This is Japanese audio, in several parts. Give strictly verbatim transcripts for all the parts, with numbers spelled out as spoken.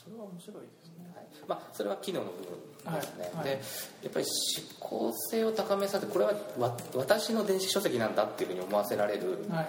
それは面白いですね、 はい、まあ、それは機能の部分ですね、 はいはい、 でやっぱり指向性を高めさせて、これはわ私の電子書籍なんだっていうふうに思わせられる、はい、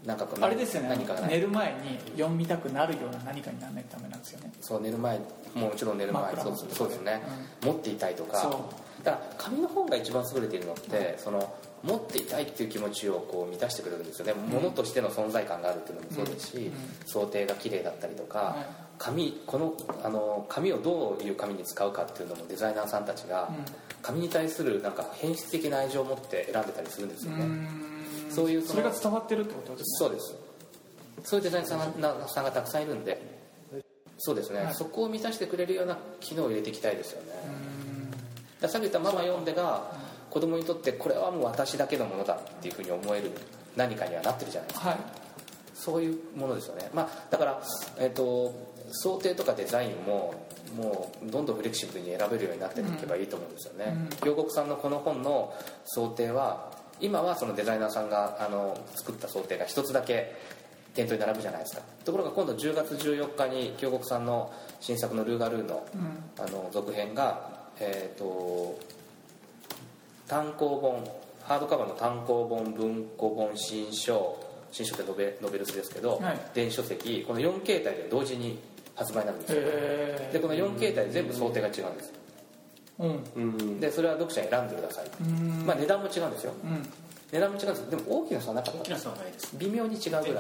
なんかこうあれですよね、 何かがない、 寝る前に読みたくなるような何かにならないとダメなんですよね。 そう、寝る前、もちろん寝る前、そうそうですね、うん、持っていたいとか、だから紙の本が一番優れているのって、うん、その持っていたいっていう気持ちをこう満たしてくれるんですよね、うん、物としての存在感があるっていうのもそうですし、うんうん、想定が綺麗だったりとか、はい、紙このあの紙をどういう紙に使うかっていうのもデザイナーさんたちが、うん、紙に対するなんか変質的な愛情を持って選んでたりするんですよね。うそういう そ, それが伝わってるってことですね。 そうです。そういうデザイナーさんが、さんがたくさんいるんで、そうですね、はい、そこを満たしてくれるような機能を入れていきたいですよね。ださっき言ったママ読んでが子供にとってこれはもう私だけのものだっていうふうに思える何かにはなってるじゃないですか、はい、そういうものですよね。まあ、だから、えーと、想定とかデザインももうどんどんフレキシブルに選べるようになっていけばいいと思うんですよね。京極さんのこの本の想定は今はそのデザイナーさんがあの作った想定が一つだけ店頭に並ぶじゃないですか。ところが今度じゅうがつじゅうよっかに京極さんの新作のルーガルーの、うん、あの続編が、えー、と単行本ハードカバーの単行本文庫本新書新書ってノベノベルスですけど、はい、電子書籍このよん形態で同時に発売になるんですよ。でこのよん形態で全部想定が違うんです、うん、でそれは読者に選んでください、まあ、値段も違うんですよ、うん、値段も違うんです。でも大きな差はなかった。大きな差はないです。微妙に違うぐらい、うん、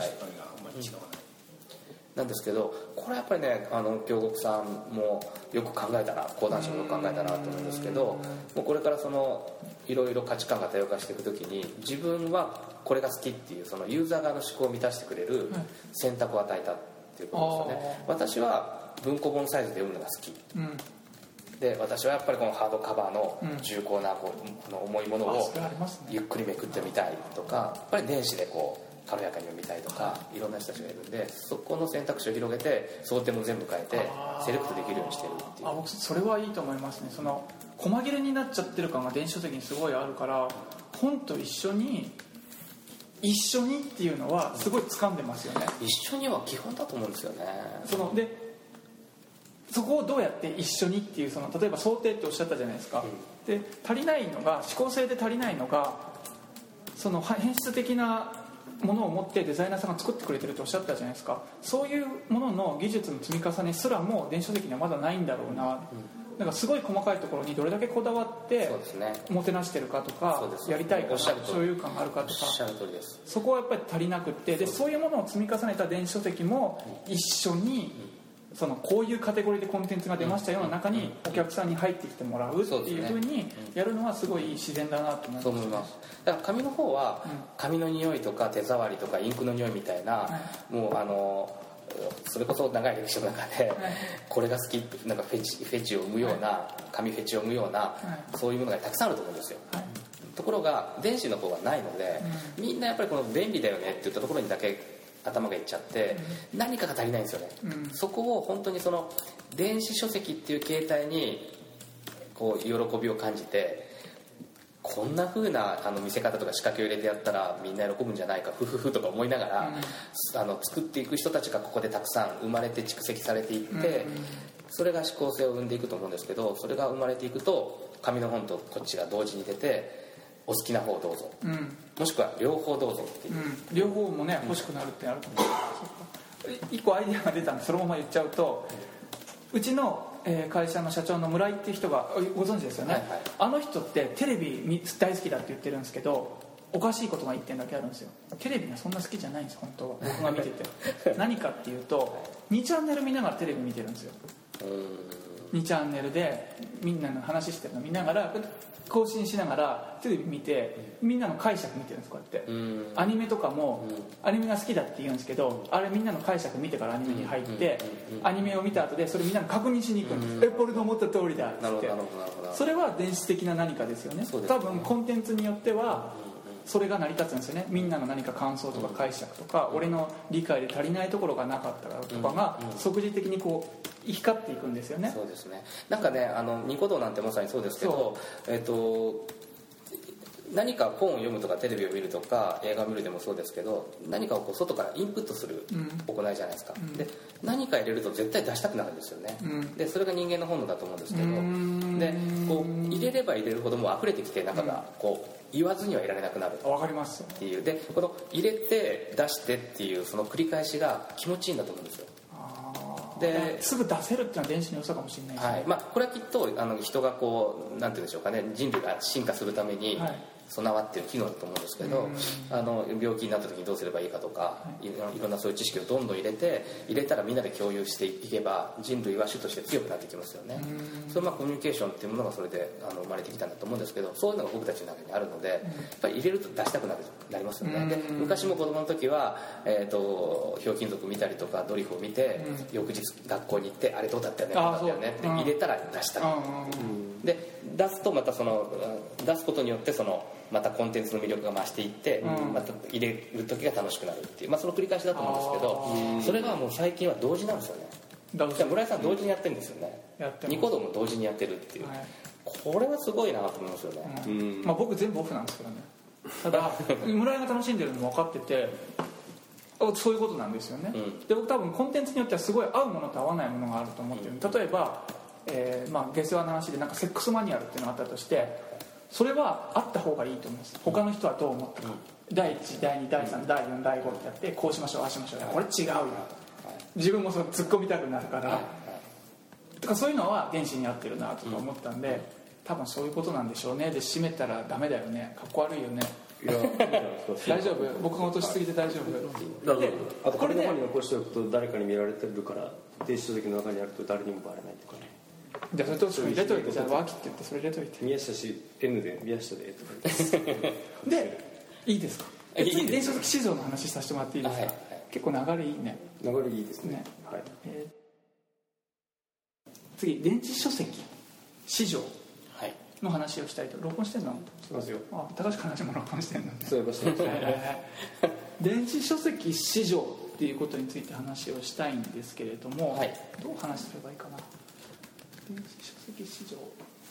なんですけど、これはやっぱりね、あの京極さんもよく考えたな、講談師もよく考えたなと思うんですけど、もうこれからそのいろいろ価値観が多様化していくときに自分はこれが好きっていうそのユーザー側の思考を満たしてくれる選択を与えたっていうことですよね、うん、私は文庫本サイズで読むのが好き、うんで私はやっぱりこのハードカバーの重厚なこう、うん、重いものをゆっくりめくってみたいとか、やっぱり電子でこう軽やかに読みたいとか、いろんな人たちがいるんで、そこの選択肢を広げて想定も全部変えてセレクトできるようにしてるっていう。 あ、僕それはいいと思いますね。その細切れになっちゃってる感が電子書籍にすごいあるから、本と一緒に一緒にっていうのはすごい掴んでますよね。 一緒には基本だと思うんですよね。 そのでそこをどうやって一緒にっていう、その例えば想定っておっしゃったじゃないですか、うん、で足りないのが思考性で足りないのがその変質的なものを持ってデザイナーさんが作ってくれてるとおっしゃったじゃないですか。そういうものの技術の積み重ねすらも電子書籍にはまだないんだろうな、うん、なんかすごい細かいところにどれだけこだわってもてなしてるかとか、やりたいか所有感があるかとか、そこはやっぱり足りなくって、でそういうものを積み重ねた電子書籍も一緒にそのこういうカテゴリーでコンテンツが出ましたような中にお客さんに入ってきてもらうっていう風にやるのはすごい自然だなと思います、ね、そう思います。 だから紙の方は紙の匂いとか手触りとかインクの匂いみたいな、はい、もうあのそれこそ長い歴史の中で、はい、これが好きってなんかフェチ、フェチを生むような、はい、紙フェチを生むような、はい、そういうものがたくさんあると思うんですよ、はい、ところが電子の方はないので、うん、みんなやっぱりこの便利だよねって言ったところにだけ頭がいっちゃって、うん、何かが足りないんですよね、うん、そこを本当にその電子書籍っていう形態にこう喜びを感じて、こんな風なあの見せ方とか仕掛けを入れてやったらみんな喜ぶんじゃないかフフフとか思いながら、うん、あの作っていく人たちがここでたくさん生まれて蓄積されていって、うん、それが思考性を生んでいくと思うんですけど、それが生まれていくと紙の本とこっちが同時に出て、お好きな方どうぞ、うん、もしくは両方どうぞっていう、うん、 両方もね欲しくなるってあると思う、うん、一個アイデアが出たんでそのまま言っちゃうと、うちの会社の社長の村井っていう人がご存知ですよね、はいはい、あの人ってテレビ大好きだって言ってるんですけど、おかしいことがいってんだけあるんですよ。テレビがそんな好きじゃないんです本当は、僕が見てて何かっていうとにチャンネル見ながらテレビ見てるんですよ。にチャンネルでみんなの話してるの見ながら更新しながらテレビ見て、みんなの解釈見てるんです。こうやってアニメとかもアニメが好きだって言うんですけど、あれみんなの解釈見てからアニメに入ってアニメを見た後でそれみんなの確認しに行くんです。え、これの思った通りだっつって。それは電子的な何かですよね。多分コンテンツによってはそれが成り立つんですよね。みんなの何か感想とか解釈とか、俺の理解で足りないところがなかったらとかが即時的にこう光っていくんですよね。 そうですね。なんかね、あのニコ動なんてまさにそうですけど、えっと何か本を読むとかテレビを見るとか映画を見るでもそうですけど、何かをこう外からインプットする行いじゃないですか、うん、で何か入れると絶対出したくなるんですよね、うん、でそれが人間の本能だと思うんですけど、でこう入れれば入れるほどもう溢れてきて中がこう言わずにはいられなくなる。 わかりますっていうで、この入れて出してっていうその繰り返しが気持ちいいんだと思うんですよ。 ですぐ出せるっていうのは電子の良さかもしれないですね、 はいまあ、これはきっとあの人がこうなんていうんでしょうかね、人類が進化するために備わっている機能だと思うんですけど、あの病気になった時にどうすればいいかとか、はい、いろんなそういう知識をどんどん入れて入れたらみんなで共有していけば人類は種として強くなってきますよね。それまあコミュニケーションっていうものがそれであの生まれてきたんだと思うんですけど、そういうのが僕たちの中にあるので、やっぱり入れると出したくなるなりますよね。で昔も子供の時は、えー、とひょうきん族見たりとかドリフを見て、翌日学校に行ってあれどうだったよねどうだったよねって入れたら出したり、で出すとまたその出すことによってそのまたコンテンツの魅力が増していって、うん、また入れる時が楽しくなるっていう、まあ、その繰り返しだと思うんですけど、それがもう最近は同時なんですよね。じゃあ村井さん同時にやってるんですよね。ニコ動も同時にやってるっていう、はい、これはすごいなと思いますよね、 うんうんまあ、僕全部オフなんですけどね。ただ村井が楽しんでるのも分かっててそういうことなんですよね、うん、で僕多分コンテンツによってはすごい合うものと合わないものがあると思ってる、うん、例えば、えーまあ、下世話の話でなんかセックスマニュアルっていうのがあったとして、それはあった方がいいと思います。他の人はどう思ったか、うん、だいいちだいにだいさんだいよんだいごってやってこうしましょうああしましょう、これ違うよ、自分もその突っ込みたくなるから、とかそういうのは原子に合ってるなとか思ったんで、多分そういうことなんでしょうね。で締めたらダメだよね、かっこ悪いよね、いや大丈夫、僕が落としすぎて大丈夫で、 あとこれの方に残しておくと誰かに見られてるから電子書籍の中にあると誰にもバレないとかね。 じゃあそれどうしよう、入れといて、じゃあ脇って言ってそれ入れといて、 宮下氏 N で宮下でとか言ってでいいですか、次電子書籍市場の話させてもらっていいですか、はい、結構流れいいね、 流れいいですね、ね、はい、えー、次電子書籍市場の話をしたいと。録音してんの？ そうですよ。 あ、高橋話も録音してんのね。 そういえばしてますね。 電子書籍市場っていうことについて話をしたいんですけれども、はい、どう話すればいいかな。電子書籍市場、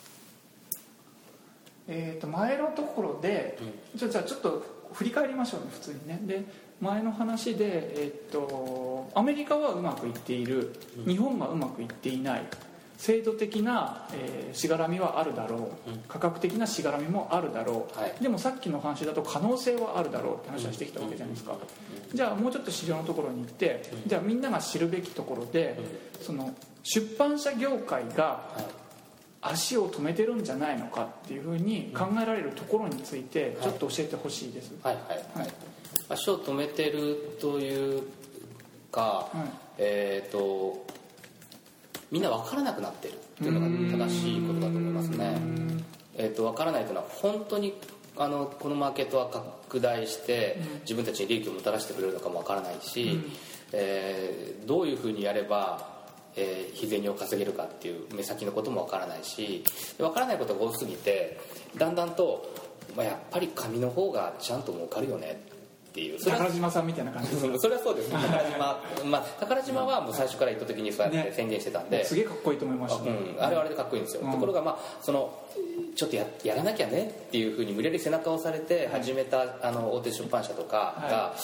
えーと前のところで、うん、じゃあちょっと振り返りましょうね、普通にね。で前の話で、えーとアメリカはうまくいっている、日本がうまくいっていない、制度的な、えー、しがらみはあるだろう、価格的なしがらみもあるだろう、はい、でもさっきの話だと可能性はあるだろうって話はしてきたわけじゃないですか。じゃあもうちょっと市場のところに行って、じゃあみんなが知るべきところで、その出版社業界が足を止めてるんじゃないのかっていうふうに考えられるところについてちょっと教えてほしいです。 はいはいはいはい、足を止めてるというか、はい、えっ、ー、とみんな分からなくなってるっていうのが正しいことだと思いますね。えーと、分からないというのは本当にあのこのマーケットは拡大して自分たちに利益をもたらしてくれるのかも分からないし、うん、えー、どういうふうにやれば、えー、日銭を稼げるかっていう目先のことも分からないし、分からないことが多すぎてだんだんと、まあ、やっぱり紙の方がちゃんと儲かるよねっていう、 宝島さんみたいな感じですそれはそうですね。宝島、まあ、宝島はもう最初から行った時にそうやって宣言してたんで、ね、 すげえかっこいいと思いましたね。 うん、あれはあれでかっこいいんですよ、うん、ところが、まあ、そのちょっと や, やらなきゃねっていうふうに無理やり背中を押されて始めた、はい、あの大手出版社とかが、はい、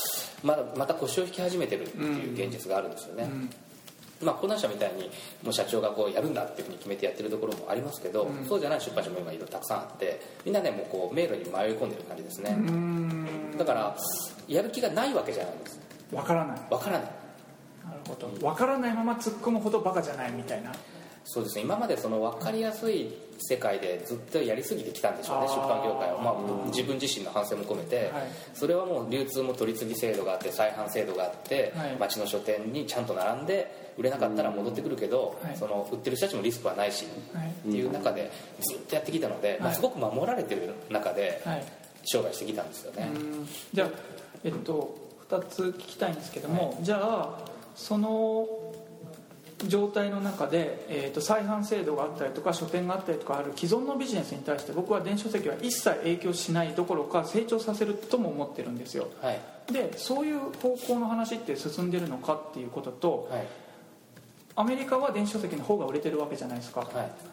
まだまた腰を引き始めてるっていう現実があるんですよね、うんうん、まあ、講談社みたいにもう社長がこうやるんだっていうふうに決めてやってるところもありますけど、うん、そうじゃない出版社も今いろいろたくさんあってみんなねもうこう迷路に迷い込んでる感じですね。だからやる気がないわけじゃないんです。 わからないわからない。 なるほど。わからないまま突っ込むほどバカじゃないみたいな。 そうですね。今までその分かりやすい世界でずっとやりすぎてきたんでしょうね、出版業界は、まあ、自分自身の反省も込めて、はい、それはもう流通も取り次ぎ制度があって再販制度があって、はい、町の書店にちゃんと並んで売れなかったら戻ってくるけど、はい、その売ってる人たちもリスクはないし、はい、っていう中でずっとやってきたので、はい、まあ、すごく守られてる中で商売してきたんですよね。 じゃあ、えっと、ふたつ聞きたいんですけども、はい、じゃあその状態の中で、えー、と再販制度があったりとか書店があったりとかある既存のビジネスに対して僕は電子書籍は一切影響しないどころか成長させるとも思ってるんですよ、はい、でそういう方向の話って進んでるのかっていうことと、はい、アメリカは電子書籍の方が売れてるわけじゃないですか、はい、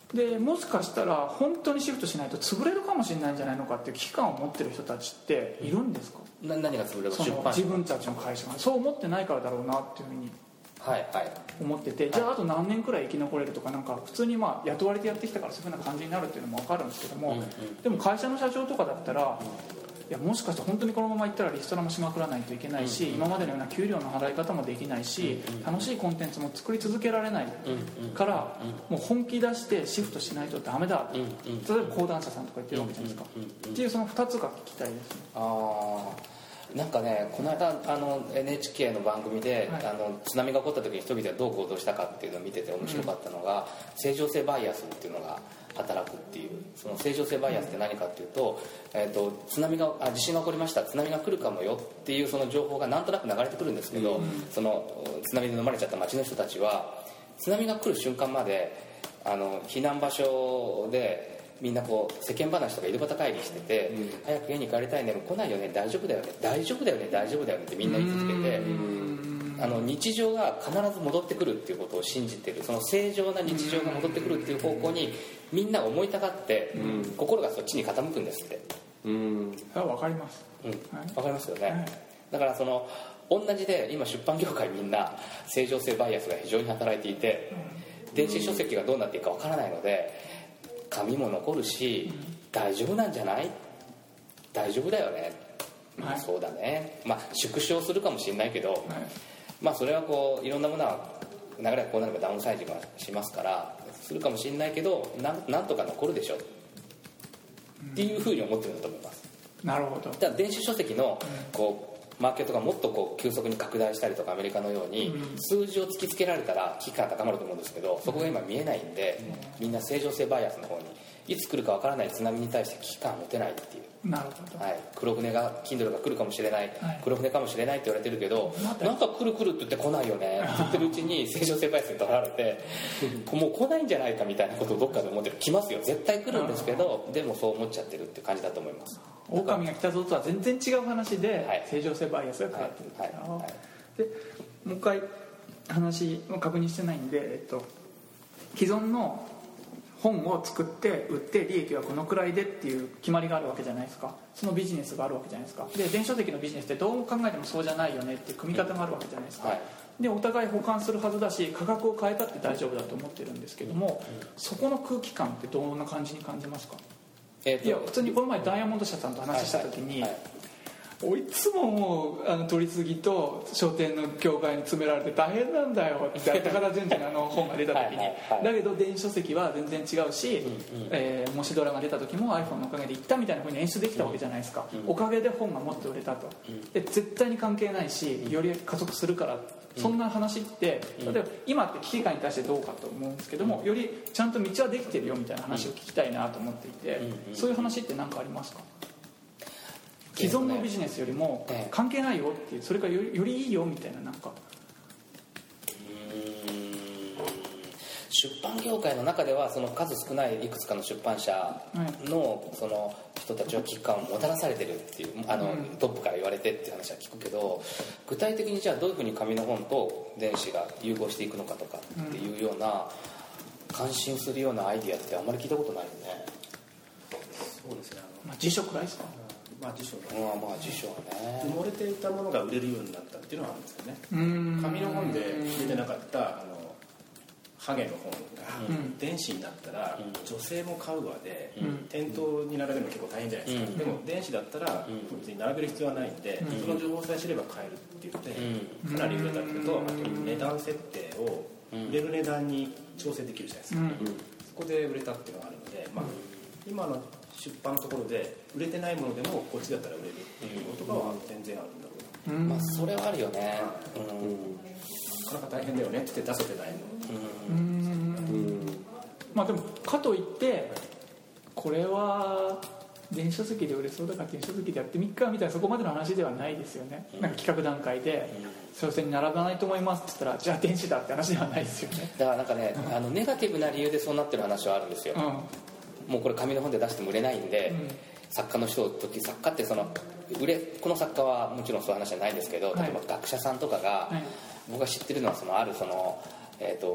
でもしかしたら本当にシフトしないと潰れるかもしれないんじゃないのかっていう危機感を持ってる人たちっているんですか？ な何が潰れるか、 その自分たちの会社がそう思ってないからだろうなっていうふうにはいはい思ってて、じゃああと何年くらい生き残れるとか、なんか普通にまあ雇われてやってきたからそういうふうな感じになるっていうのも分かるんですけども、 うんうんでも会社の社長とかだったら、いやもしかして本当にこのままいったらリストラもしまくらないといけないし、今までのような給料の払い方もできないし、楽しいコンテンツも作り続けられないからもう本気出してシフトしないとダメだ、例えば講談社さんとか言ってるわけじゃないですか、っていうそのふたつが聞きたいですね。 あなんかね、この間あの エヌエイチケー の番組で、はい、あの津波が起こった時に人々はどう行動したかっていうのを見てて面白かったのが、うん、正常性バイアスっていうのが働くっていう。その正常性バイアスって何かっていうと、えーと津波があ地震が起こりました、津波が来るかもよっていうその情報がなんとなく流れてくるんですけど、うん、その津波で飲まれちゃった町の人たちは津波が来る瞬間まであの避難場所でみんなこう世間話とか井戸端会議してて、うん、早く家に帰りたいね、もう来ないよね、大丈夫だよね、大丈夫だよね、大丈夫だよねってみんな言い続けて、あの日常が必ず戻ってくるっていうことを信じてる、その正常な日常が戻ってくるっていう方向にみんな思いたがって、うん、心がそっちに傾くんですって。 うん、あ、分かります、 うん、分かりますよね、はい、だからその同じで今出版業界みんな正常性バイアスが非常に働いていて、うん、電子書籍がどうなっていくか分からないので紙も残るし、うん、大丈夫なんじゃない、大丈夫だよね、まあ、そうだね、まあ縮小するかもしれないけど、はい、まあそれはこういろんなものは流れがこうなればダウンサイジングはしますからするかもしれないけど な, なんとか残るでしょっていうふうに思ってるんだと思います。 なるほど。 だから電子書籍のこうマーケットがもっとこう急速に拡大したりとかアメリカのように数字を突きつけられたら危機感が高まると思うんですけど、そこが今見えないんでみんな正常性バイアスの方にいつ来るかわからない津波に対して危機感を持てないっていう。 なるほど、 はい、黒船が Kindle が来るかもしれない、はい、黒船かもしれないって言われてるけど、なんか来る来るって言って来ないよねって言ってるうちに正常性バイアスに取られてもう来ないんじゃないかみたいなことをどっかで思ってる。来ますよ、絶対来るんですけど、でもそう思っちゃってるって感じだと思います。 狼が来たぞとは全然違う話で、はい、正常性バイアスがかかってる、はいはいはい、でもう一回話を確認してないんで、えっと、既存の本を作って売って利益はこのくらいでっていう決まりがあるわけじゃないですか。そのビジネスがあるわけじゃないですか。で電子書籍のビジネスってどう考えてもそうじゃないよねっていう組み方があるわけじゃないですか、はい、でお互い補完するはずだし価格を変えたって大丈夫だと思ってるんですけども、うん、そこの空気感ってどんな感じに感じますか？えー、いや普通にこの前ダイヤモンド社さんと話した時に、はいはいはい、いつももうあの取り次ぎと書店の協会に詰められて大変なんだよって高田純次のあの本が出た時にはいはい、はい、だけど電子書籍は全然違うし、うんうんえー、もしドラが出た時も iPhone のおかげで行ったみたいな風に演出できたわけじゃないですか、うん、おかげで本がもっと売れたと、うん、で絶対に関係ないしより加速するから、うん、そんな話って例えば今って危機感に対してどうかと思うんですけども、よりちゃんと道はできてるよみたいな話を聞きたいなと思っていて、うん、そういう話って何かありますか？既存のビジネスよりも関係ないよっていう、それからより、よりいいよみたいな、なんかうーん出版業界の中ではその数少ないいくつかの出版社のその人たちは危機感をもたらされてるっていうあのトップから言われてっていう話は聞くけど、具体的にじゃあどういうふうに紙の本と電子が融合していくのかとかっていうような感心するようなアイディアってあんまり聞いたことないよね。 そうですね、 まあ、辞書くらいですか？ まあ辞書が、まあまあ辞書はね、 埋もれていたものが売れるようになったっていうのはあるんですよね。紙の本で売れてなかったあのハゲの本が電子になったら女性も買うわで、うん、店頭に並べるの結構大変じゃないですか、うん、でも電子だったら別に並べる必要はないんで、うん、その情報さえ知れば買えるって言って、うん、かなり売れたっていうと、あと値段設定を売れる値段に調整できるじゃないですか、うん、そこで売れたっていうのがあるので、まあ、今の出版のところで売れてないものでもこっちだったら売れるっていう言葉は全然あるんだろうな、 うん、まあそれはあるよね、うんうん、なかなか大変だよねって出せてないの、 うんうんまあでもかといってこれは電子書籍で売れそうだから電子書籍でやってみっかみたいなそこまでの話ではないですよね、うん、なんか企画段階で書店に並ばないと思いますって言ったらじゃあ電子だって話ではないですよね。 だからなんかねあのネガティブな理由でそうなってる話はあるんですよ、うんもうこれ紙の本で出しても売れないんで、うん、作家の人時作家ってその売れこの作家はもちろんそういう話じゃないんですけど、はい、例えば学者さんとかが、はい、僕が知ってるのはそのあるその、えー、と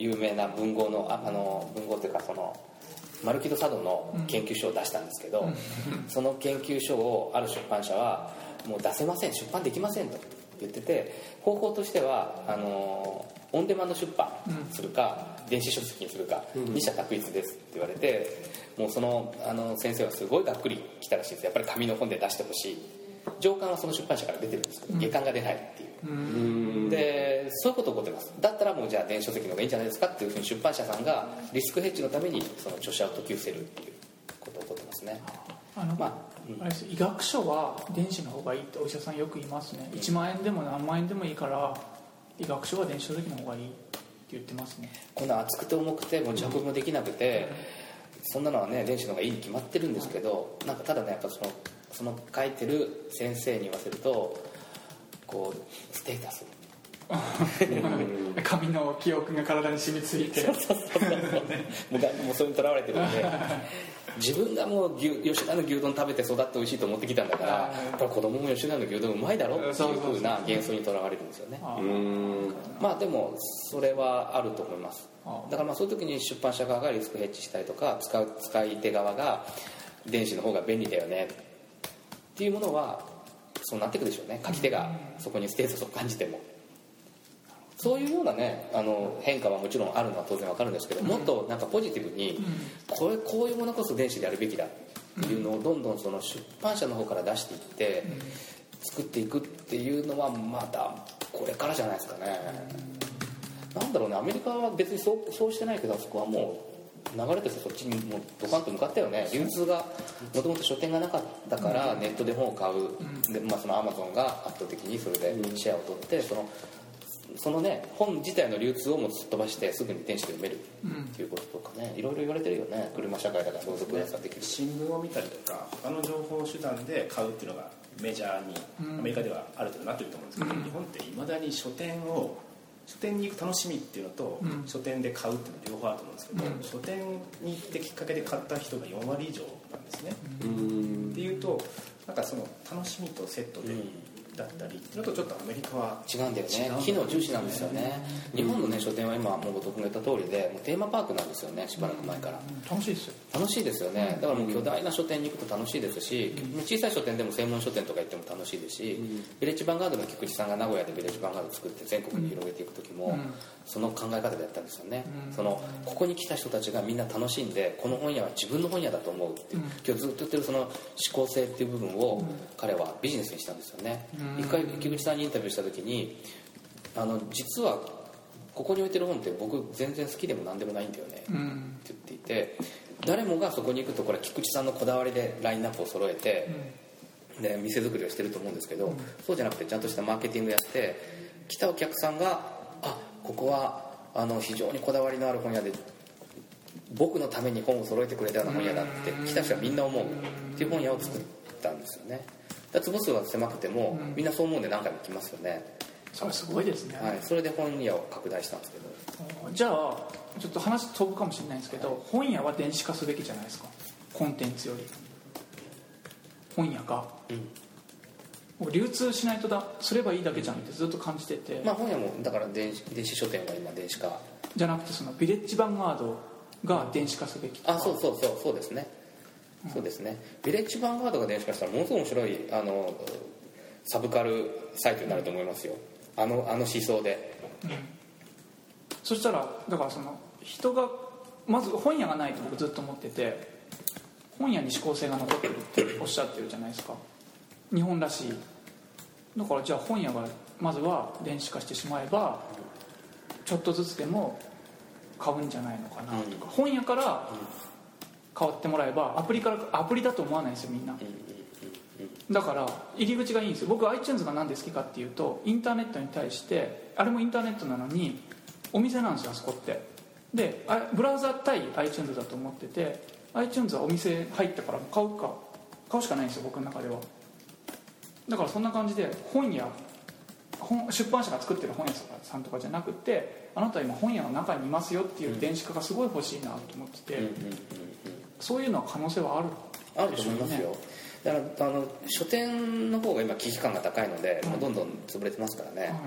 有名な文豪の あ, あの文豪というかそのマルキド・サドの研究書を出したんですけど、うん、その研究書をある出版社はもう出せません、出版できませんと言ってて、方法としてはあのオンデマンド出版するか、うん、電子書籍にするか、うん、二者択一ですって言われて、もうそのあの先生はすごいがっくりきたらしいです。やっぱり紙の本で出してほしい。上巻はその出版社から出てるんですけど、下巻が出ないっていう、うん、でそういうこと起こってます。だったらもうじゃあ電子書籍の方がいいんじゃないですかっていうふうに出版社さんがリスクヘッジのためにその著者を解き伏せるっていうことが起こってますね。 あの、まあうん、あれです、医学書は電子の方がいいってお医者さんよく言いますね。いちまんえんでも何万円でもいいから医学書は電子書籍の方がいいって言ってますね。 こんな厚くて重くて持ち運びもできなくて、うん、そんなのはね電子の方がいいに決まってるんですけど、なんかただねやっぱそのその書いてる先生に言わせるとこうステータス紙の記憶が体に染みついてそうそうそうそうもうもうそれにとらわれてるんで自分がもう牛吉田の牛丼食べて育って美味しいと思ってきたんだから、やっぱり子供も吉田の牛丼うまいだろっていう風な幻想にとらわれるんですよね。うーん、まあでもそれはあると思います。だからまあそういう時に出版社側がリスクヘッジしたりとか、使う使い手側が電子の方が便利だよねっていうものはそうなっていくでしょうね。書き手がそこにステータスを感じても、そういうようなねあの変化はもちろんあるのは当然わかるんですけど、もっとなんかポジティブにこれこういうものこそ電子でやるべきだっていうのをどんどんその出版社の方から出していって作っていくっていうのはまだこれからじゃないですかね。なんだろうね、アメリカは別にそうそうしてないけど、あそこはもう流れとしてそっちにもうドカンと向かったよね。流通がもともと書店がなかったからネットで本を買う、で、まあ、そのアマゾンが圧倒的にそれでシェアを取って、そのそのね本自体の流通をもすっ飛ばしてすぐに電子で読めるっていうこととかね、いろいろ言われてるよね。車社会だから相続ができる、 新聞を見たりとか他の情報手段で買うっていうのがメジャーにアメリカではある程度なってると思うんですけど、日本っていまだに書店を書店に行く楽しみっていうのと、うん、書店で買うっていうのは両方あると思うんですけど、うん、書店に行ってきっかけで買った人がよんわり以上なんですね。うんっていうとなんかその楽しみとセットで、うんだったりっていうのとちょっとアメリカは違うんだよね。機能重視なんですよね。日本のね書店は今もう後藤君が言った通りでもうテーマパークなんですよね。しばらく前から、 うん、楽しいですよ。 楽しいですよね。だからもう巨大な書店に行くと楽しいですし、うん、小さい書店でも専門書店とか行っても楽しいですし、うん、ヴィレッジヴァンガードの菊池さんが名古屋でヴィレッジヴァンガード作って全国に広げていく時も、うん、その考え方でやったんですよね。うん、そのここに来た人たちがみんな楽しんでこの本屋は自分の本屋だと思うって、うん、今日ずっと言ってるその思考性っていう部分を彼はビジネスにしたんですよね。うん、一回菊池さんにインタビューした時にあの実はここに置いてる本って僕全然好きでも何でもないんだよね、うん、って言っていて、誰もがそこに行くとこれ菊池さんのこだわりでラインナップを揃えて、うん、で店作りをしてると思うんですけど、うん、そうじゃなくてちゃんとしたマーケティングやって来たお客さんがあここはあの非常にこだわりのある本屋で僕のために本を揃えてくれたような本屋だって来た人はみんな思うっていう本屋を作ったんですよね。坪数は狭くても、うん、みんなそう思うんで何回も来ますよね。 それすごいですね。 はい、それで本屋を拡大したんですけど。 じゃあちょっと話飛ぶかもしれないんですけど、はい、本屋は電子化すべきじゃないですか。コンテンツより本屋が、うん、流通しないとだすればいいだけじゃんってずっと感じてて、 まあ本屋もだから電子電子書店は今電子化じゃなくてそのヴィレッジヴァンガードが電子化すべきとか、 あそうそうそうそうですね。そうですね。ヴィレッジヴァンガードが電子化したらものすごい面白いあのサブカルサイトになると思いますよ。あのあの思想で、うん、 そしたらだからその人がまず本屋がないと僕ずっと思ってて、本屋に思考性が残ってるっておっしゃってるじゃないですか。日本らしい。だからじゃあ本屋がまずは電子化してしまえばちょっとずつでも買うんじゃないのかなとか、うん、本屋から変わってもらえばアプリからアプリだと思わないんですよみんな。だから入り口がいいんですよ。僕 iTunes が何で好きかっていうと、インターネットに対してあれもインターネットなのにお店なんですよあそこって。でブラウザ対 iTunes だと思ってて、 iTunes はお店入ってから買うか買うしかないんですよ僕の中では。だからそんな感じで本屋本出版社が作ってる本屋さんとかじゃなくて、あなたは今本屋の中にいますよっていう電子化がすごい欲しいなと思ってて、うんうんうんうん、そういうのは可能性はあるあると思いますよ。だからあの書店の方が今危機感が高いので、はい、もうどんどん潰れてますからね、はい、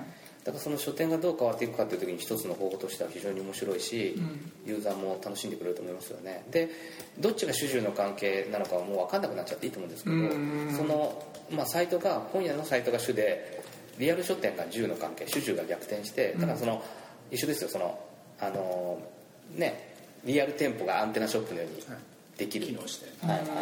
だからその書店がどう変わっていくかという時に一つの方法としては非常に面白いし、うん、ユーザーも楽しんでくれると思いますよね。でどっちが主従の関係なのかはもう分かんなくなっちゃっていいと思うんですけど、その、まあ、サイトが本屋のサイトが主でリアル書店が従の関係、主従が逆転して、だからその、うん、一緒ですよ、そのあのねリアル店舗がアンテナショップのようにできる、はい、機能して、はいはい、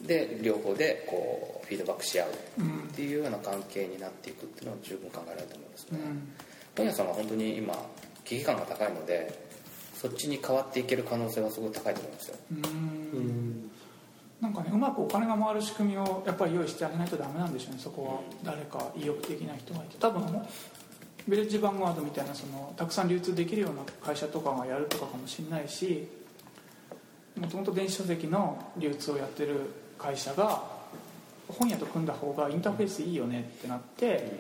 で両方でこうフィードバックし合うっていうような関係になっていくっていうのは十分考えられると思いますね、うん、本屋さんは本当に今危機感が高いのでそっちに変わっていける可能性はすごい高いと思いますよ。うんうんなんかね、うまくお金が回る仕組みをやっぱり用意してあげないとダメなんでしょうね。そこは誰か意欲的な人がいて、多分もうヴィレッジヴァンガードみたいなそのたくさん流通できるような会社とかがやるとかかもしれないし、もともと電子書籍の流通をやってる会社が本屋と組んだ方がインターフェースいいよねってなって、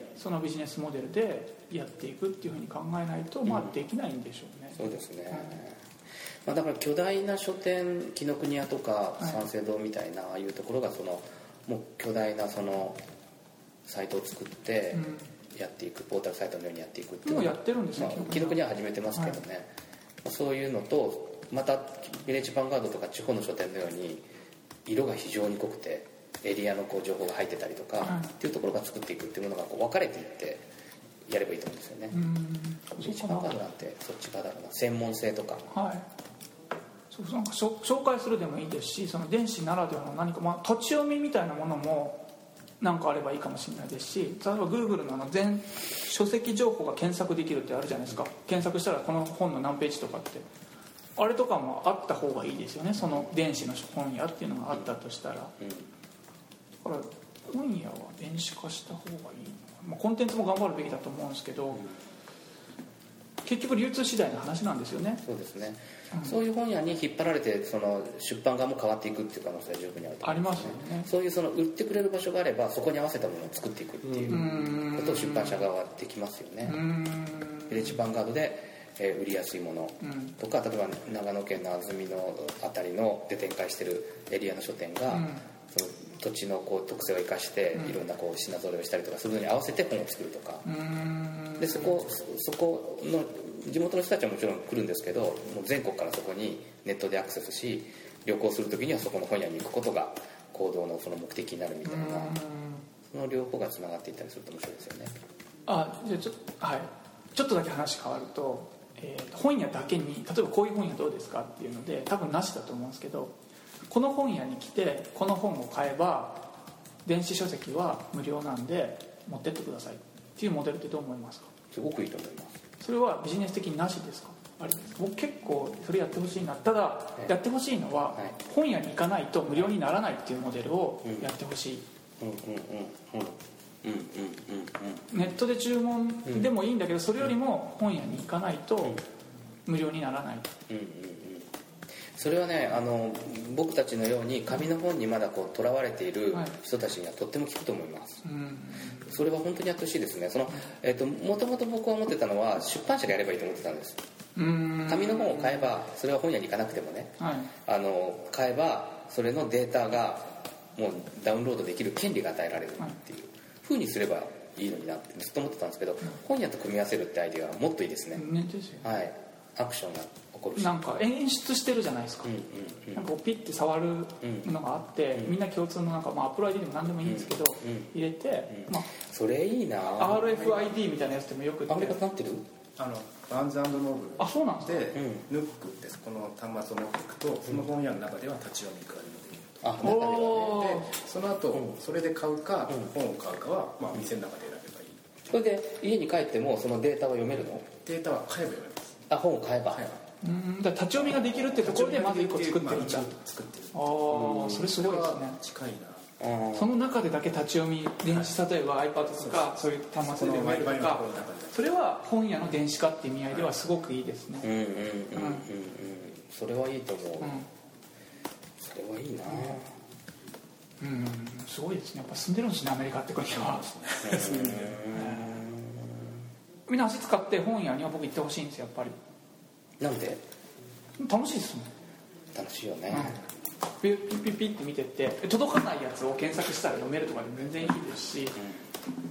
そのビジネスモデルでやっていくっていうふうに考えないと、まあできないんでしょうね。 そうですね、うんまあ、だから巨大な書店、紀ノ国屋とか三省堂みたいなああいうところがそのもう巨大なそのサイトを作ってやっていく、ポータルサイトのようにやっていくっていうのもうやってるんですよ、 まあ、紀ノ国屋は始めてますけどね、はい、そういうのとまたヴィレッジヴァンガードとか地方の書店のように色が非常に濃くてエリアのこう情報が入ってたりとか、はい、っていうところが作っていくっていうものがこう分かれていってやればいいと思うんですよね。ヴィレッジヴァンガードなんてそっち側だろうな、専門性とか、 はいそうなんか紹介するでもいいですし、その電子ならではの何か、まあ、土地読みみたいなものも何かあればいいかもしれないですし、例えば Google のあの全書籍情報が検索できるってあるじゃないですか。検索したらこの本の何ページとかってあれとかもあった方がいいですよね。その電子の本屋っていうのがあったとしたら、うん、だから本屋は電子化した方がいいの、まあ、コンテンツも頑張るべきだと思うんですけど、うん、結局流通次第の話なんですよね。 そうですね、うん、そういう本屋に引っ張られてその出版側も変わっていくっていう可能性は十分にあると思いますね。 ありますよね。 そういうその売ってくれる場所があればそこに合わせたものを作っていくっていうことを出版社側はできますよね。ヴィレッジヴァンガードでえー、売りやすいものとか、うん、例えば長野県の安曇野あたりので展開してるエリアの書店が、うん、その土地のこう特性を生かして、うん、いろんなこう品揃えをしたりとかするのに合わせて本を作るとか、でそこそこの地元の人たちはもちろん来るんですけど、もう全国からそこにネットでアクセスし、旅行する時にはそこの本屋に行くことが行動のその目的になるみたいな、その両方がつながっていったりすると面白いですよね。 あじゃあちょっとはいちょっとだけ話変わると、えー、本屋だけに例えばこういう本屋どうですかっていうので多分なしだと思うんですけど、この本屋に来てこの本を買えば電子書籍は無料なんで持ってってくださいっていうモデルってどう思いますか？ すごくいいと思います。 それはビジネス的になしですか？ありですか？僕結構それやってほしいな。ただ、はい、やってほしいのは、はい、本屋に行かないと無料にならないっていうモデルをやってほしい。うんうんうんうんネットで注文でもいいんだけど、それよりも本屋に行かないと無料にならない、うんうんうん、 それはね、あの僕たちのように紙の本にまだこう囚われている人たちにはとっても効くと思います、はい、それは本当にやってほしいですね。その、えーと、もともと僕は思ってたのは出版社がやればいいと思ってたんです。うん紙の本を買えばそれは本屋に行かなくてもね、はい、あの買えばそれのデータがもうダウンロードできる権利が与えられるっていう、はい風にすればいいのになってずっと思ってたんですけど、うん、本屋と組み合わせるってアイデアはもっといいですね。 ねですよ、 はい、アクションが起こるしなんか演出してるじゃないですか、うんうんうん、なんかピッて触るのがあって、うん、みんな共通のなんか、まあ、アップル アイディー でも何でもいいんですけど、うんうん、入れて、 うんまあ、それいいなアールエフアイディー みたいなやつでもよくアメリカになってるあのバーンズ&ノーブルあそうなんですで、うん、ヌックってこの端末を持っていくとその本屋の中では立ち読みくらいのあ中ではね、でその後、うん、それで買うか、うん、本を買うかは、まあ、店の中で選べばいい。 それで家に帰ってもそのデータは読めるの？ データは買えば読めます。 あ本を買えば、はい、 うんだから立ち読みができるってところでまずいっこ作ってるんだ。 作ってる。 ああそれすごいですね。 近いな。その中でだけ立ち読み電子例えば iPad とかそういう端末で読めるとかそれは本屋の電子化って意味合いではすごくいいですね。うんうんうんうん、うん、 それはいいと思う、うん、それはいいな、 うんうん、すごいですね。やっぱ住んでるんですねアメリカって国は。みんな足使って本屋には僕行ってほしいんですよやっぱり。 なんで？ 楽しいですもん。 楽しいよね、 うん、ピッピッピッピッって見てって届かないやつを検索したら読めるとかで全然いいですし、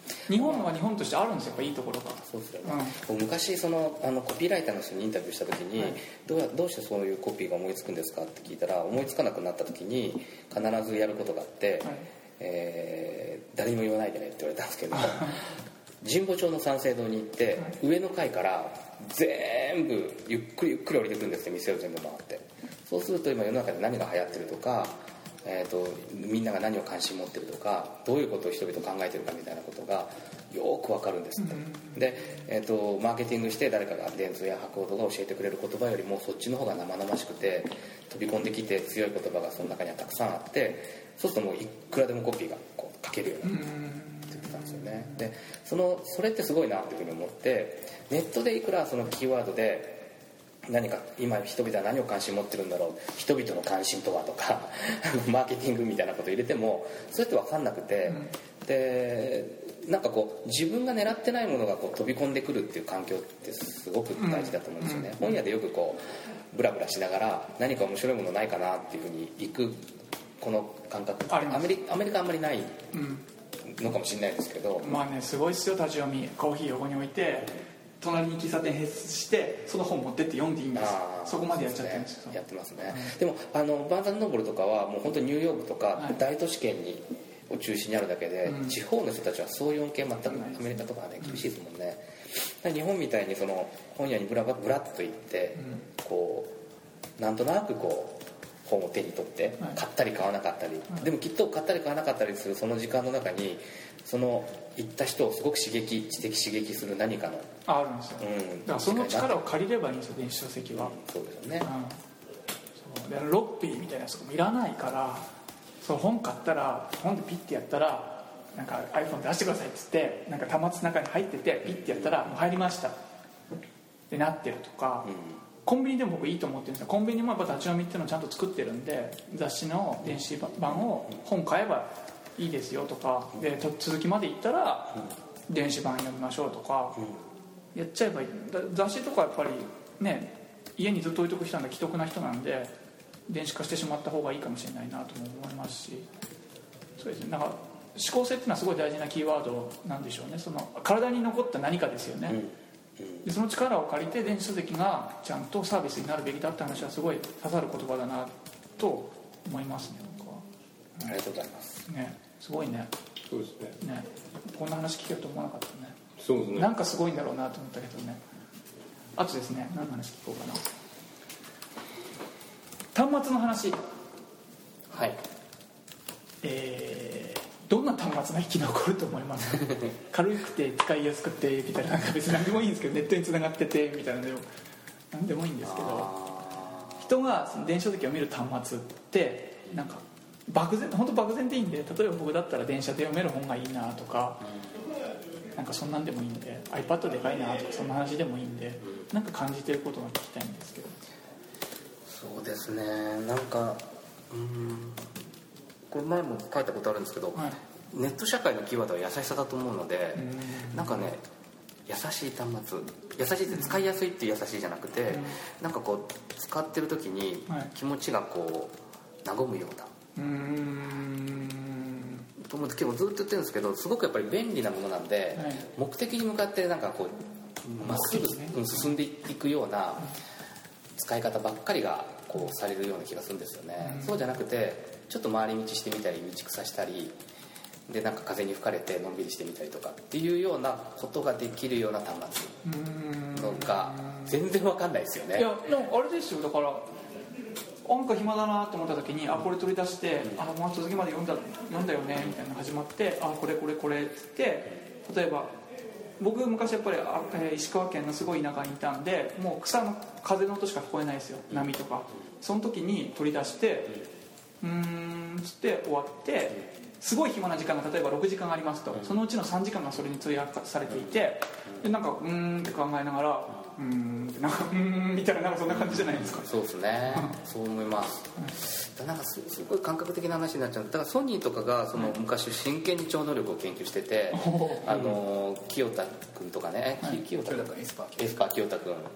日本は日本としてあるんですよ、やっぱいいところが。 そうですよね、うん、昔そのあのコピーライターの人にインタビューした時に、はい、どうやどうしてそういうコピーが思いつくんですかって聞いたら、思いつかなくなった時に必ずやることがあって、はい、えー、誰にも言わないでねって言われたんですけど神保町の三省堂に行って、はい、上の階から全部ゆっくりゆっくり降りてくるんですよ、店を全部回って。そうすると今世の中で何が流行ってるとか、えー、とみんなが何を関心持ってるとか、どういうことを人々考えてるかみたいなことがよく分かるんですって、うん、で、えー、とマーケティングして誰かが電通や博報堂が教えてくれる言葉よりもそっちの方が生々しくて飛び込んできて強い言葉がその中にはたくさんあって、そうするともういくらでもコピーがこう書けるようになって言ってたんですよね。でそのそれってすごいなというふうに思って、ネットでいくらそのキーワードで何か今人々は何を関心持ってるんだろう、人々の関心とはとかマーケティングみたいなことを入れてもそれって分かんなくて、うん、でなんかこう自分が狙ってないものがこう飛び込んでくるっていう環境ってすごく大事だと思うんですよね、うん、本屋でよくこうブラブラしながら何か面白いものないかなっていうふうに行くこの感覚ってアメリカ、アメリカあんまりないのかもしれないですけど、 うん、まあねすごいですよ、立ち読み、コーヒー横に置いて隣に喫茶店併設してその本持ってって読んでいいんです。そこまでやっちゃってるんですよ。 やってますね、うん、でもあのバーンズ&ノーブルとかはもう本当にニューヨークとか大都市圏にを中心にあるだけで、うん、地方の人たちはそういう恩恵全くアメリカとかはね厳しいですもんね、うん、日本みたいにその本屋にブラブラっと行って、うん、こうなんとなくこう本を手に取って買ったり買わなかったり、はい、でもきっと買ったり買わなかったりするその時間の中にその行った人をすごく刺激知的刺激する何かのあるんですよ、うん、だからその力を借りればいいんですよ、電子書籍は、うん、 そうですよね、 うん、そうロッピーみたいなやつもいらないから、そう本買ったら本でピッてやったらなんか iPhone 出してくださいっつってなんか端末の中に入っててピッてやったらもう入りましたってなってるとか、うん、コンビニでも僕いいと思ってるんですよ。コンビニもやっぱ立ち読みっていうのをちゃんと作ってるんで、雑誌の電子版を本買えばいいですよとかで、続きまでいったら電子版読みましょうとかやっちゃえばいい。雑誌とかやっぱりね家にずっと置いとく人なんで既得な人なんで電子化してしまった方がいいかもしれないなとも思いますし、そうですね、なんか思考性っていうのはすごい大事なキーワードなんでしょうね。その体に残った何かですよね、でその力を借りて電子書籍がちゃんとサービスになるべきだって話はすごい刺さる言葉だなと思いますね、僕は、 うん、ありがとうございますね、すごいね。 そうですね。 ね、こんな話聞けると思わなかったね。 そうですね。 なんかすごいんだろうなと思ったけどね。あとですね、何の話聞こうかな。端末の話。 はい。 えー、どんな端末が生き残ると思いますか？軽くて使いやすくてみたいな、なんか別に何でもいいんですけど、ネットに繋がっててみたいなのでも何でもいいんですけど、人がその電子書籍を見る端末ってなんか漠然、本当漠然でいいんで、例えば僕だったら電車で読める本がいいなとか、なんかそんなんでもいいんで iPad でかいなとかそんな話でもいいんで、なんか感じてることが聞きたいんですけど。 そうですね、なんかうーんこれ前も書いたことあるんですけど、はい、ネット社会のキーワードは優しさだと思うので、んなんかね優しい端末、優しいって使いやすいっていう優しいじゃなくて、なんかこう使ってる時に気持ちがこう和むような、うーんと思って結構ずっと言ってるんですけど、すごくやっぱり便利なものなんで、はい、目的に向かってなんかこうまっすぐ進んでいくような使い方ばっかりがこうされるような気がするんですよね、うん、そうじゃなくてちょっと回り道してみたり道草したりでなんか風に吹かれてのんびりしてみたりとかっていうようなことができるような端末のが全然わかんないですよね。 いやでもあれですよ、だからなんか暇だなと思った時にあこれ取り出して、うん、あもう続きまで読んだ読んだよねみたいなのが始まってあこれこれこれっつって例えば僕昔やっぱりあ、えー、石川県のすごい田舎にいたんでもう草の風の音しか聞こえないですよ、波とか。その時に取り出してうーんっつって終わってすごい暇な時間が例えばろくじかんありますと、そのうちのさんじかんがそれに費やされていてでなんかうーんって考えながらうーんなんかうーんみたいななんかそんな感じじゃないですか。 そうですねそう思います、うん、なんか す, すごい感覚的な話になっちゃう。だからソニーとかがその昔真剣に超能力を研究してて、うん、あの清田君とかね、はい、清田君エスパー清田君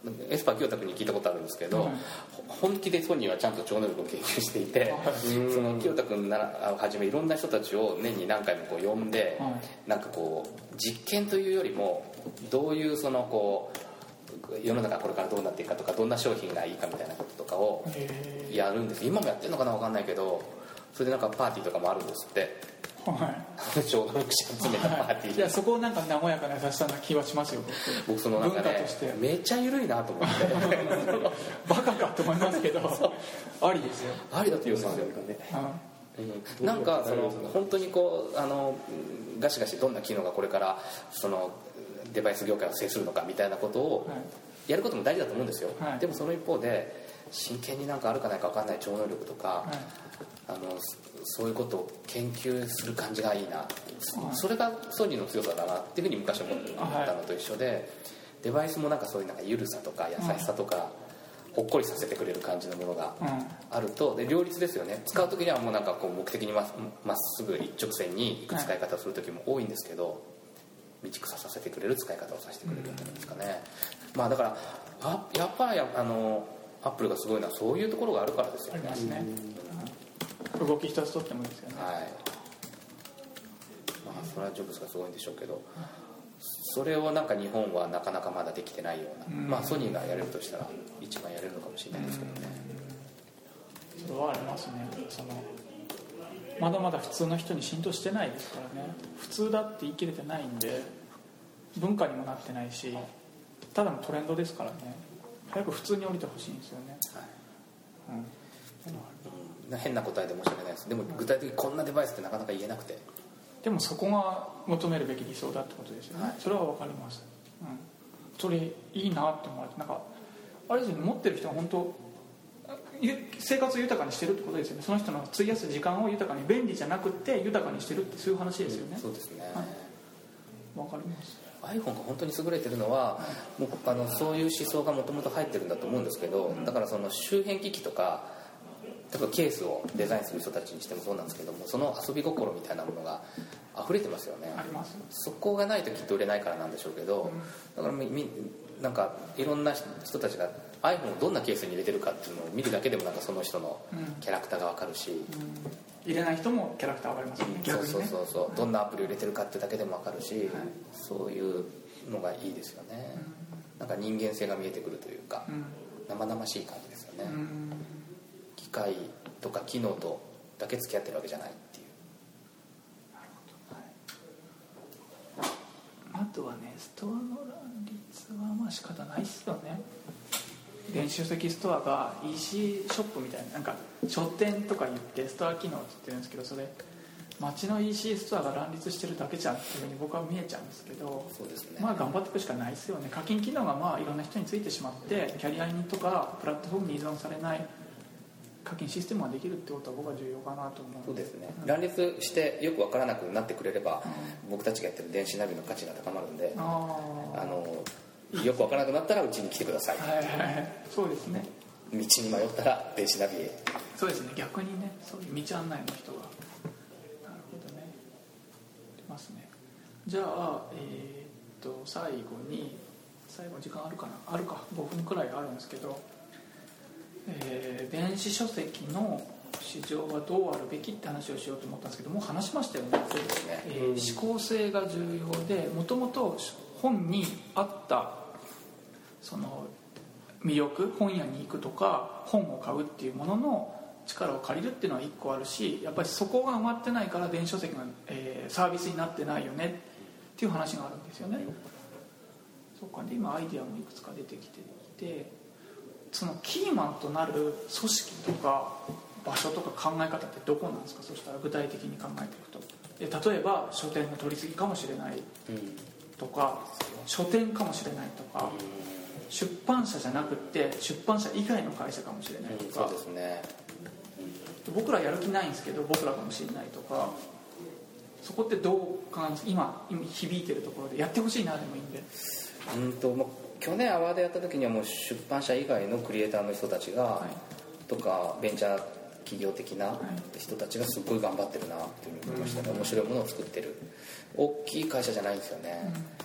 エスパー清田君に聞いたことあるんですけど、うん、本気でソニーはちゃんと超能力を研究していて、その清田君をはじめいろんな人たちを年に何回もこう呼んで、うん、なんかこう実験というよりもどういうそのこう世の中これからどうなっていくかとかどんな商品がいいかみたいなこととかをやるんです。今もやってるのかな分かんないけど、それでなんかパーティーとかもあるんですって。はい、超能力者集めたパーティー、はい、 いやそこをなんか和やかな優しさな気はしますよ。 僕そのなんかね文化としてめっちゃ緩いなと思ってバカかと思いますけどありですよ。 ありだと言うんですよね、うん、なんかその本当にこうあのガシガシどんな機能がこれからそのデバイス業界を制するのかみたいなことをやることも大事だと思うんですよ、はい、でもその一方で真剣になんかあるかないか分かんない超能力とか、はい、あのそういうことを研究する感じがいいな、はい、それがソニーの強さだなっていうふうに昔思ったのと一緒で、はい、デバイスもなんかそういうなんか緩さとか優しさとか、うん、ほっこりさせてくれる感じのものがあると、で両立ですよね。使う時にはもうなんかこう目的にまっすぐ一直線にいく使い方をする時も多いんですけど、道草させてくれる使い方をさせてくれるんじゃないですかね、うん、まあだからあやっぱりあのアップルがすごいのはそういうところがあるからですよね。ありますね、 うん、動き一つとってもいいですよね。はい、 まあそれはジョブズがすごいんでしょうけど、それをなんか日本はなかなかまだできてないような、うん、まあソニーがやれるとしたら一番やれるのかもしれないですけどね、 うん、それはありますね。そのまだまだ普通の人に浸透してないですからね。普通だって言い切れてないんで文化にもなってないし、ただのトレンドですからね。早く普通に降りてほしいんですよね、はい、 うん、変な答えで申し訳ないです。でも具体的にこんなデバイスってなかなか言えなくて、 でもそこが求めるべき理想だってことですよね、はい、それは分かります、うん、それいいなって思われて、なんかあれですよね、持ってる人は本当生活を豊かにしてるってことですよね。その人の費やす時間を豊かに、便利じゃなくて豊かにしてるってそういう話ですよね、 うん、そうですね、 はい、分かります。 iPhone が本当に優れてるのは、はい、もうあのそういう思想がもともと入ってるんだと思うんですけど、うん、だからその周辺機器とか例えばケースをデザインする人たちにしてもそうなんですけども、その遊び心みたいなものが溢れてますよね。 あります。 そこがないときっと売れないからなんでしょうけど、うん、だからみなんかいろんな人たちが iPhone をどんなケースに入れてるかっていうのを見るだけでもなんかその人のキャラクターが分かるし、うんうん、 入れない人もキャラクター分かりますよね、逆にね。 そうそうそうそう、はい、どんなアプリを入れてるかってだけでも分かるし、はい、そういうのがいいですよね、うん、なんか人間性が見えてくるというか、うん、生々しい感じですよね、うん、機械とか機能とだけ付き合ってるわけじゃないっていう。 なるほど、はい、あとはね、ストアの乱立はまあ仕方ないっすよね。電子書籍ストアが イーシー ショップみたいな、なんか書店とか言ってストア機能って言ってるんですけど、それ街の イーシー ストアが乱立してるだけじゃんっていうふうに僕は見えちゃうんですけど、 そうですね、 まあ頑張っていくしかないですよね。課金機能がまあいろんな人についてしまってキャリアにとかプラットフォームに依存されない課金システムができるってことは僕は重要かなと思う。 そうですね、うん、乱立してよく分からなくなってくれれば、うん、僕たちがやってる電子ナビの価値が高まるんで、ああのよく分からなくなったらうちに来てください。 はいはいはい、そうですね。 道に迷ったら電子ナビへ。 そうですね、逆にね、そういう道案内の人が。なるほどね、出ますね。じゃあ、えー、っと最後に最後時間あるかな、あるか、ごふんくらいあるんですけど、えー、電子書籍の市場はどうあるべきって話をしようと思ったんですけど、もう話しましたよね。 そうですね、 えー、思考性が重要で、もともと本にあったその魅力、本屋に行くとか本を買うっていうものの力を借りるっていうのは一個あるし、やっぱりそこが埋まってないから電子書籍が、えー、サービスになってないよねっていう話があるんですよね。そうかね、今アイデアもいくつか出てきていて、そのキーマンとなる組織とか場所とか考え方ってどこなんですか。そしたら具体的に考えていくと、例えば書店の取り次ぎかもしれないとか、書店かもしれないとか、出版社じゃなくて出版社以外の会社かもしれないとか、 そうですね、 僕らやる気ないんですけど僕らかもしれないとか、そこってどう感じ、今響いてるところでやってほしいなでもいいんで。 うんともう去年アワードやった時にはもう出版社以外のクリエイターの人たちが、はい、とかベンチャー企業的な人たちがすごい頑張ってるなっていうふうに思いましたね、うん、面白いものを作ってる大きい会社じゃないんですよね、うん、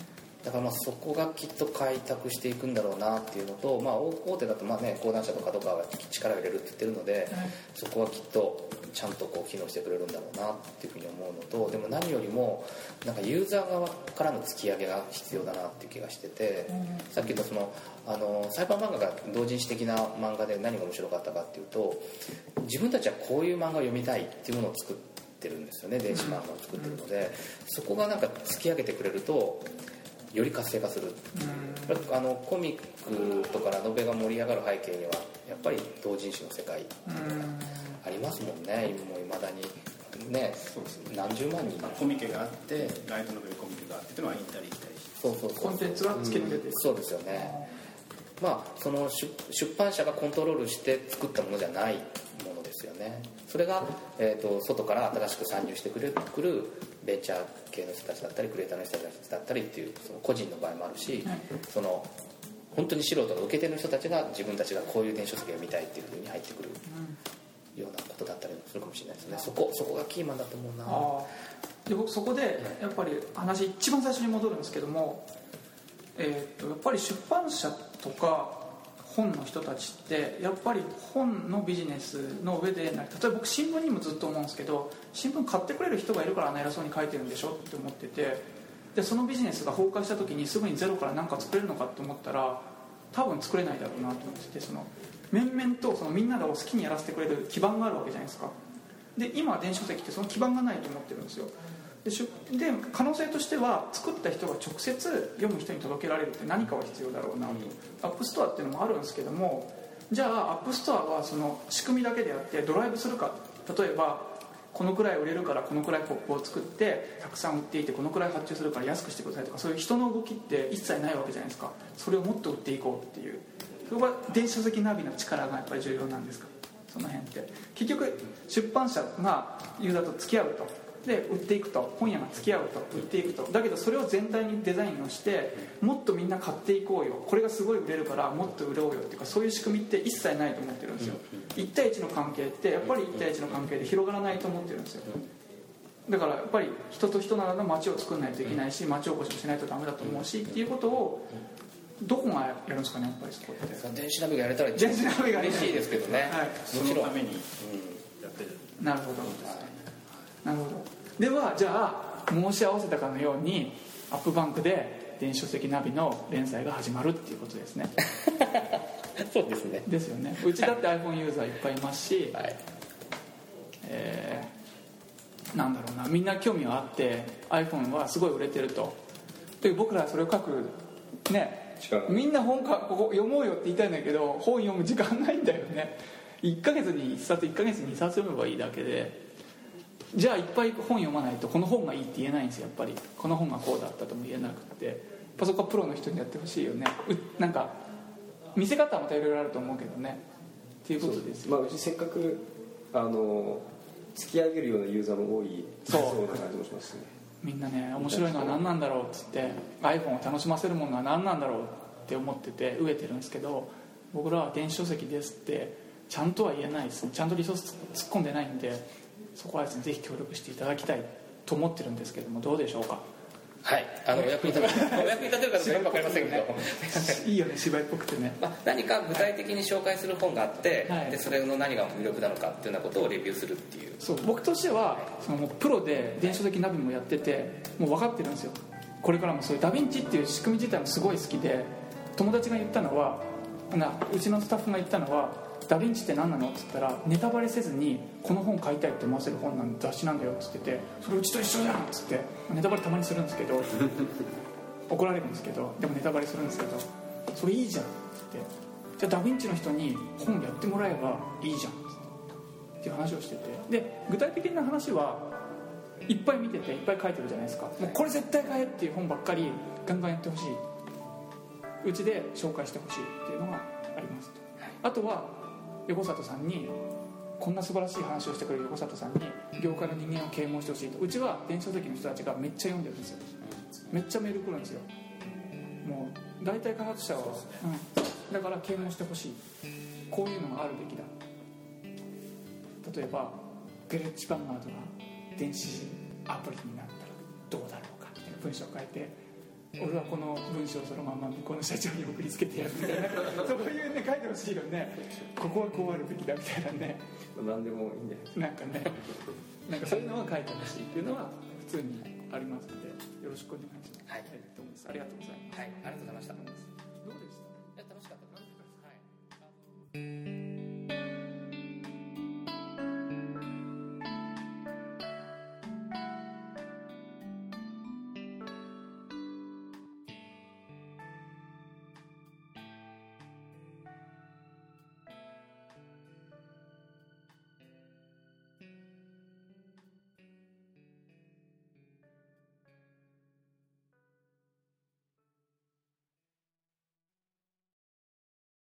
だからまあそこがきっと開拓していくんだろうなっていうのと、まあ、大手だとまあ、ね、講談社とか角川が力を入れるって言ってるので、はい、そこはきっとちゃんとこう機能してくれるんだろうなっていうふうに思うのと、でも何よりもなんかユーザー側からの突き上げが必要だなっていう気がしてて、うん、さっきのそのあのサイバー漫画が同人誌的な漫画で何が面白かったかっていうと、自分たちはこういう漫画を読みたいっていうものを作ってるんですよね、電子漫画を作ってるので、そこがなんか突き上げてくれるとより活性化する、うん、あのコミックとかラノベが盛り上がる背景にはやっぱり同人誌の世界ありますもんね。もう未だにね、そうですね、何十万人、 まあ、コミケがあってライトノベルコミケがあってっていうのはインタリ行ったりして、 そうそうそう、コンテンツが突き抜けてる、うん、 そうですよね。まあその 出, 出版社がコントロールして作ったものじゃないものですよね。それが、えー、と外から新しく参入してくるくるベンチャー系の人たちだったりクリエイターの人たちだったりっていうその個人の場合もあるし、はい、その本当に素人の受け手の人たちが自分たちがこういう電子書籍を見たいっていう風に入ってくるようなことだったりもするかもしれないですね。そこそこがキーマンだと思うな。 あで僕そこでやっぱり話一番最初に戻るんですけども、えー、とやっぱり出版社とか本の人たちってやっぱり本のビジネスの上で、例えば僕新聞にもずっと思うんですけど、新聞買ってくれる人がいるからあんな偉そうに書いてるんでしょって思ってて、でそのビジネスが崩壊した時にすぐにゼロから何か作れるのかって思ったら多分作れないだろうなと思ってて、その面々とそのみんなが好きにやらせてくれる基盤があるわけじゃないですか。で今電子書籍ってその基盤がないと思ってるんですよ。でで可能性としては作った人が直接読む人に届けられるって何かは必要だろうなと、アップストアっていうのもあるんですけども、じゃあアップストアはその仕組みだけであってドライブするか、例えばこのくらい売れるからこのくらいポップを作ってたくさん売っていてこのくらい発注するから安くしてくださいとか、そういう人の動きって一切ないわけじゃないですか。それをもっと売っていこうっていう、それが電子書籍ナビの力がやっぱり重要なんですか。その辺って結局出版社がユーザーと付き合うと、で売っていくと、本屋が付き合うと売っていくと、だけどそれを全体にデザインをしてもっとみんな買っていこうよ、これがすごい売れるからもっと売ろうよっていうか、そういう仕組みって一切ないと思ってるんですよ。いち対いちの関係ってやっぱりいち対いちの関係で広がらないと思ってるんですよ。だからやっぱり人と人ならの街を作らないといけないし、街おこしをしないとダメだと思うしっていうことをどこがやるんですかね、やっぱりそこって電子ナビがやれたら電子ナビが嬉しいですけどね、 はい、 そのためにやってる、 うん、なるほど、なるほど。ではじゃあ申し合わせたかのようにアップバンクで電子書籍ナビの連載が始まるっていうことですね。 そうですね。 ですよね。うちだって iPhone ユーザーいっぱいいますし、はい、えー、なんだろうな、みんな興味はあって iPhone はすごい売れてると。で僕らそれを書くね、みんな本かここ読もうよって言いたいんだけど本読む時間ないんだよね。いっかげつにいっさつ、いっかげつににさつ読めばいいだけで、じゃあいっぱい本読まないとこの本がいいって言えないんですよ。やっぱりこの本がこうだったとも言えなくて、やっぱそこはプロの人にやってほしいよね。うなんか見せ方はまたいろいろあると思うけどねっていうことですよ。 まあ、うちせっかくあの突き上げるようなユーザーも多いそうな感じもしますね。 みんなね、面白いのは何なんだろうっつって iPhone を楽しませるものは何なんだろうって思ってて飢えてるんですけど、僕らは電子書籍ですってちゃんとは言えないですね。ちゃんとリソース突っ込んでないんで、そこはですね、ぜひ協力していただきたいと思ってるんですけども、どうでしょうか。 はい、あのお役に立てるお役に立てるかどうかよく分かりませんけどいいよね、芝居っぽくてね、 まあ、何か具体的に紹介する本があって、はい、でそれの何が魅力なのかっていうようなことをレビューするっていう。 そう、僕としてはそのもうプロで電子書籍ナビもやっててもう分かってるんですよ。これからもそういうダヴィンチっていう仕組み自体もすごい好きで、友達が言ったのはなうちのスタッフが言ったのはダヴィンチって何なのって言ったら、ネタバレせずにこの本買いたいって思わせる本なん雑誌なんだよって言ってて、それうちと一緒じゃんっつって、ネタバレたまにするんですけど怒られるんですけど、でもネタバレするんですけど、それいいじゃんって言って、じゃあダヴィンチの人に本やってもらえばいいじゃんっていう話をしてて、で具体的な話はいっぱい見てていっぱい書いてるじゃないですか。もうこれ絶対買えっていう本ばっかりガンガンやってほしい、うちで紹介してほしいっていうのがあります。あとは横里さんに、こんな素晴らしい話をしてくれる横里さんに業界の人間を啓蒙してほしいと。うちは電子書籍の人たちがめっちゃ読んでるんですよ。めっちゃメール来るんですよ。もう大体開発者は、うん、だから啓蒙してほしい、こういうのがあるべきだ。例えばペレッジヴァンガードが電子アプリになったらどうだろうかみたいな文章を書いて、 俺はこの文章をそのまま向こうの社長に送りつけてやるみたいなそういうね書いてほしいよね。ここはこうあるべきだみたいなね。 何でもいいんじゃないですか。 なんかねなんかそういうのは書いてほしいっていうのは普通にありますのでよろしくお願いします。 はい、 ありがとうございます。 はい、ありがとうございました。